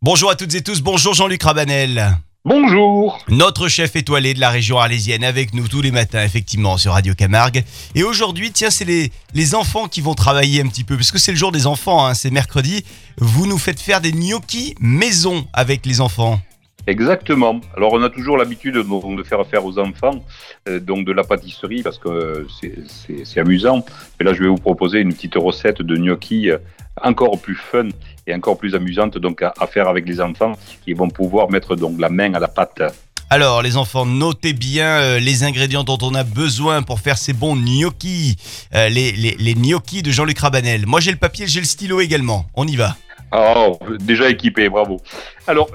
Bonjour à toutes et tous, bonjour Jean-Luc Rabanel. Bonjour. Notre chef étoilé de la région arlésienne avec nous tous les matins, effectivement, sur Radio Camargue. Et aujourd'hui, tiens, c'est les enfants qui vont travailler un petit peu, parce que c'est le jour des enfants, hein, c'est mercredi. Vous nous faites faire des gnocchis maison avec les enfants. Exactement. Alors on a toujours l'habitude de faire aux enfants donc de la pâtisserie parce que c'est amusant. Mais là je vais vous proposer une petite recette de gnocchis encore plus fun et encore plus amusante donc à faire avec les enfants. Ils vont pouvoir mettre donc la main à la pâte. Alors les enfants, notez bien les ingrédients dont on a besoin pour faire ces bons gnocchis. Les gnocchis de Jean-Luc Rabanel. Moi j'ai le papier, j'ai le stylo également. On y va. Oh, déjà équipé, bravo. Alors,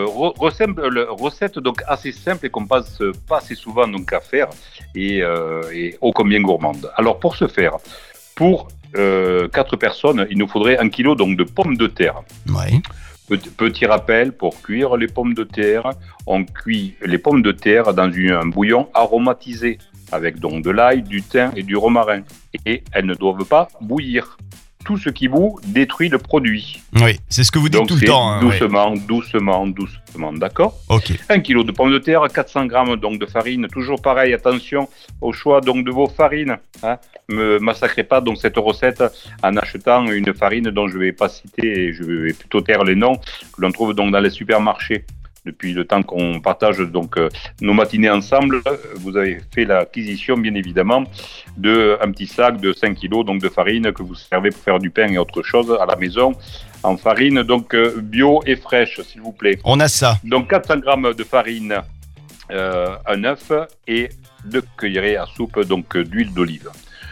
recette donc assez simple et qu'on passe pas assez souvent donc à faire et ô combien gourmande. Alors pour ce faire, pour 4 personnes, il nous faudrait 1 kilo donc de pommes de terre. Ouais. Petit rappel, pour cuire les pommes de terre, on cuit les pommes de terre dans un bouillon aromatisé avec donc de l'ail, du thym et du romarin. Et elles ne doivent pas bouillir. Tout ce qui bout détruit le produit. Oui, c'est ce que vous dites donc, tout le temps. Hein, doucement, d'accord ? Ok. 1 kilo de pommes de terre, 400 grammes donc de farine. Toujours pareil, attention au choix donc de vos farines. Hein. Me massacrez pas donc cette recette en achetant une farine dont je ne vais pas citer et je vais plutôt taire les noms que l'on trouve donc dans les supermarchés. Depuis le temps qu'on partage donc nos matinées ensemble, vous avez fait l'acquisition bien évidemment d'un petit sac de 5 kilos donc de farine que vous servez pour faire du pain et autre chose à la maison en farine donc bio et fraîche s'il vous plaît. On a ça. Donc 400 grammes de farine, un œuf et 2 cuillerées à soupe donc d'huile d'olive.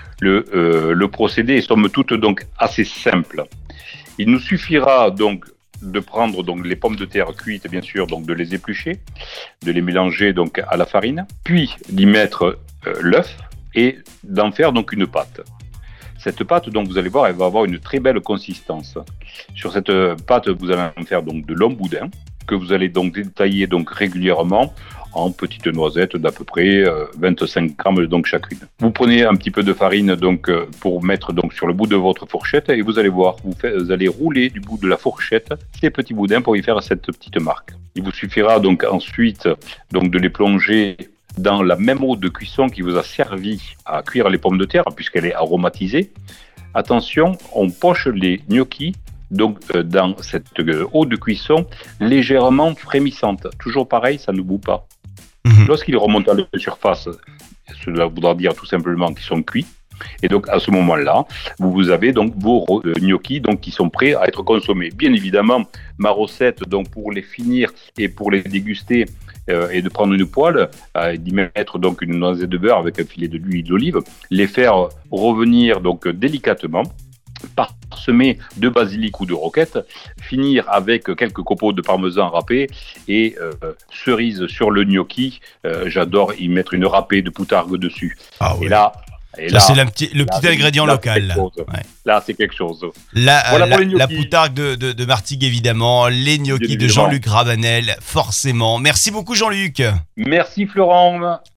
Le procédé est somme toute donc assez simple. Il nous suffira donc de prendre donc les pommes de terre cuites bien sûr, donc de les éplucher, de les mélanger donc à la farine, puis d'y mettre l'œuf et d'en faire donc une pâte. Cette pâte donc vous allez voir, elle va avoir une très belle consistance. Sur cette pâte vous allez en faire donc de longs boudins que vous allez donc détailler donc régulièrement en petites noisettes d'à peu près 25 grammes donc chacune. Vous prenez un petit peu de farine donc pour mettre donc sur le bout de votre fourchette et vous allez voir, vous allez rouler du bout de la fourchette ces petits boudins pour y faire cette petite marque. Il vous suffira donc ensuite donc de les plonger dans la même eau de cuisson qui vous a servi à cuire les pommes de terre puisqu'elle est aromatisée. Attention, on poche les gnocchis donc dans cette eau de cuisson légèrement frémissante. Toujours pareil, ça ne bout pas. Lorsqu'ils remontent à la surface, cela voudra dire tout simplement qu'ils sont cuits. Et donc à ce moment-là, vous avez donc vos gnocchis donc, qui sont prêts à être consommés. Bien évidemment, ma recette donc, pour les finir et pour les déguster et de prendre une poêle, d'y mettre donc une noisette de beurre avec un filet d'huile d'olive, les faire revenir donc délicatement, parsemé de basilic ou de roquette, finir avec quelques copeaux de parmesan râpé et cerise sur le gnocchi. J'adore y mettre une râpée de poutargue dessus. Ah oui. Et là, c'est le petit ingrédient local. Là. Ouais. Là, c'est quelque chose. La poutargue de Martigues, évidemment. Les gnocchis de Jean-Luc Rabanel, forcément. Merci beaucoup, Jean-Luc. Merci, Florent.